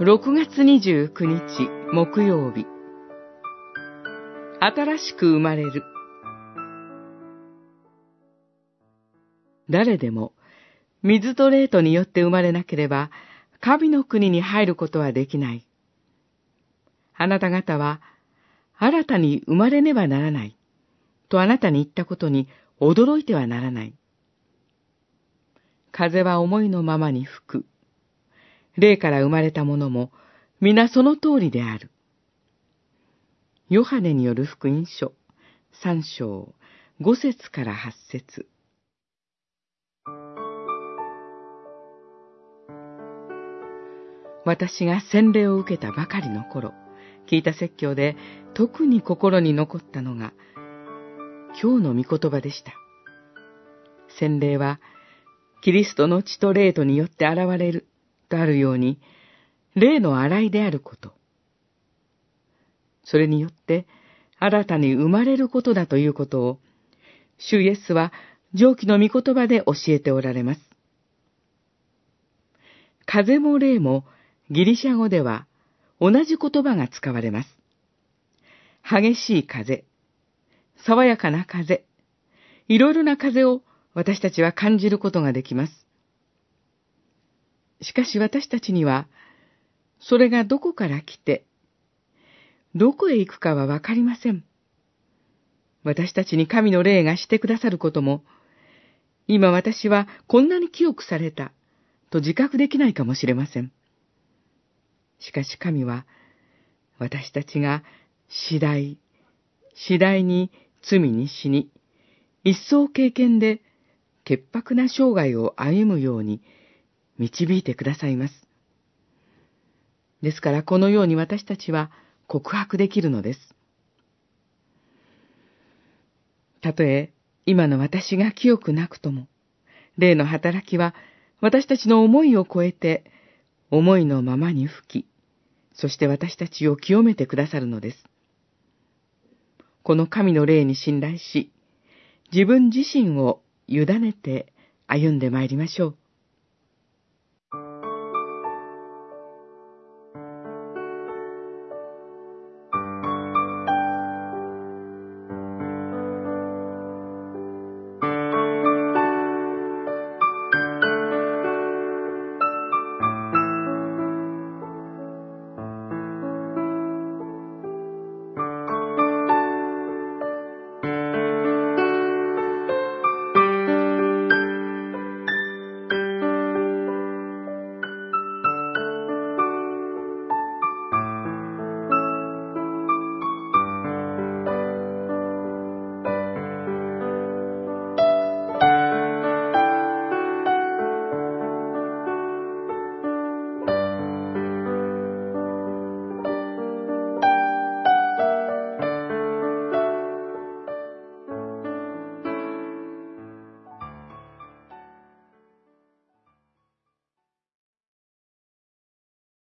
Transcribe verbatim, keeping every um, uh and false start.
ろくがつにじゅうくにち木曜日、新しく生まれる。誰でも水と霊とによって生まれなければ神の国に入ることはできない。あなた方は新たに生まれねばならないとあなたに言ったことに驚いてはならない。風は思いのままに吹く。霊から生まれたものも皆その通りである。ヨハネによる福音書三章五節から八節。私が洗礼を受けたばかりの頃、聞いた説教で特に心に残ったのが今日の御言葉でした。洗礼はキリストの血と霊とによって現れるとあるように、霊の洗いであること。それによって新たに生まれることだということを、主イエスは上記の御言葉で教えておられます。風も霊もギリシャ語では同じ言葉が使われます。激しい風、爽やかな風、いろいろな風を私たちは感じることができます。しかし私たちには、それがどこから来て、どこへ行くかはわかりません。私たちに神の霊がしてくださることも、今私はこんなに清くされたと自覚できないかもしれません。しかし神は、私たちが次第、次第に罪に死に、一層経験で潔白な生涯を歩むように導いてくださいます。ですからこのように私たちは告白できるのです。たとえ今の私が清くなくとも、霊の働きは私たちの思いを超えて、思いのままに吹き、そして私たちを清めてくださるのです。この神の霊に信頼し、自分自身を委ねて歩んでまいりましょう。